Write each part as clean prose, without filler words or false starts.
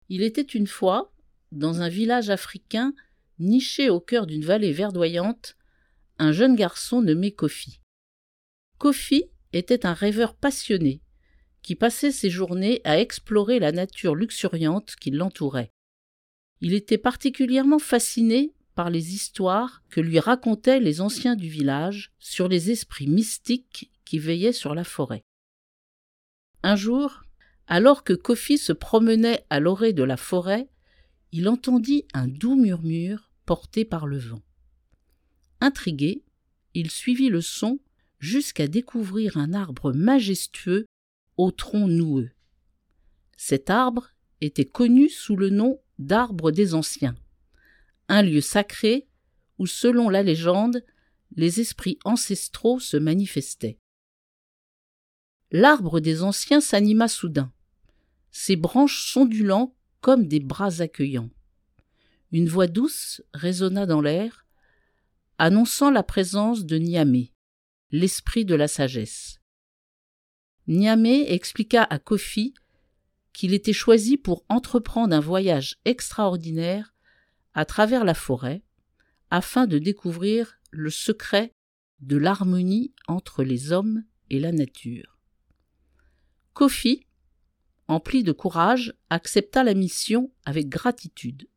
Il était une fois, dans un village africain niché au cœur d'une vallée verdoyante, un jeune garçon nommé Kofi. Kofi était un rêveur passionné qui passait ses journées à explorer la nature luxuriante qui l'entourait. Il était particulièrement fasciné par les histoires que lui racontaient les anciens du village sur les esprits mystiques qui veillaient sur la forêt. Un jour, alors que Kofi se promenait à l'orée de la forêt, il entendit un doux murmure porté par le vent. Intrigué, il suivit le son jusqu'à découvrir un arbre majestueux au tronc noueux. Cet arbre était connu sous le nom d'arbre des anciens, un lieu sacré où, selon la légende, les esprits ancestraux se manifestaient. L'arbre des anciens s'anima soudain, ses branches s'ondulant comme des bras accueillants. Une voix douce résonna dans l'air, annonçant la présence de Niamey, l'esprit de la sagesse. Niamey expliqua à Kofi qu'il était choisi pour entreprendre un voyage extraordinaire à travers la forêt afin de découvrir le secret de l'harmonie entre les hommes et la nature. Kofi, empli de courage, accepta la mission avec gratitude.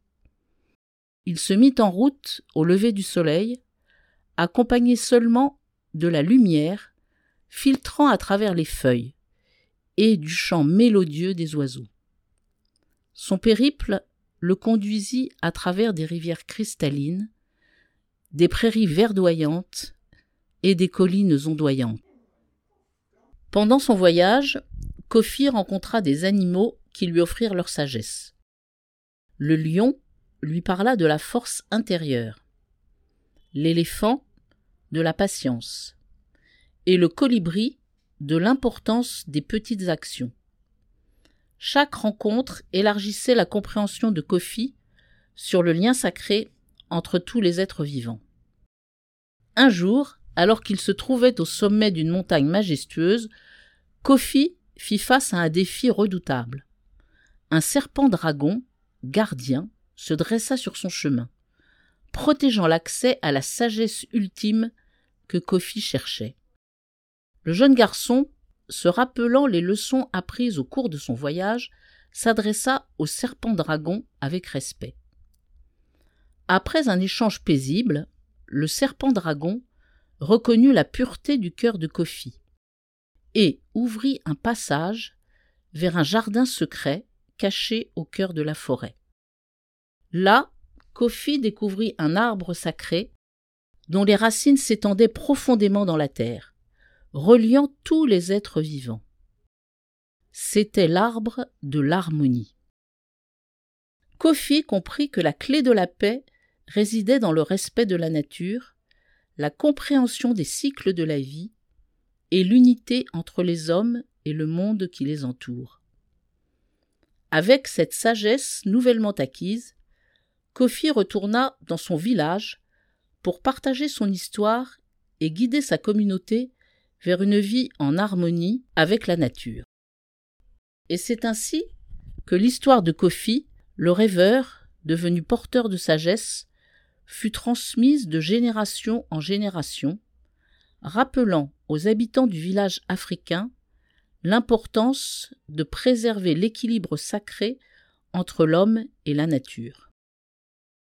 Il se mit en route au lever du soleil, accompagné seulement de la lumière filtrant à travers les feuilles et du chant mélodieux des oiseaux. Son périple le conduisit à travers des rivières cristallines, des prairies verdoyantes et des collines ondoyantes. Pendant son voyage, Kofi rencontra des animaux qui lui offrirent leur sagesse. Le lion lui parla de la force intérieure, l'éléphant de la patience, et le colibri de l'importance des petites actions. Chaque rencontre élargissait la compréhension de Kofi sur le lien sacré entre tous les êtres vivants. Un jour, alors qu'il se trouvait au sommet d'une montagne majestueuse, Kofi fit face à un défi redoutable. Un serpent-dragon, gardien, se dressa sur son chemin, protégeant l'accès à la sagesse ultime que Kofi cherchait. Le jeune garçon, se rappelant les leçons apprises au cours de son voyage, s'adressa au serpent-dragon avec respect. Après un échange paisible, le serpent-dragon reconnut la pureté du cœur de Kofi et ouvrit un passage vers un jardin secret caché au cœur de la forêt. Là, Kofi découvrit un arbre sacré dont les racines s'étendaient profondément dans la terre, reliant tous les êtres vivants. C'était l'arbre de l'harmonie. Kofi comprit que la clé de la paix résidait dans le respect de la nature, la compréhension des cycles de la vie et l'unité entre les hommes et le monde qui les entoure. Avec cette sagesse nouvellement acquise, Kofi retourna dans son village pour partager son histoire et guider sa communauté vers une vie en harmonie avec la nature. Et c'est ainsi que l'histoire de Kofi, le rêveur, devenu porteur de sagesse, fut transmise de génération en génération, rappelant aux habitants du village africain l'importance de préserver l'équilibre sacré entre l'homme et la nature.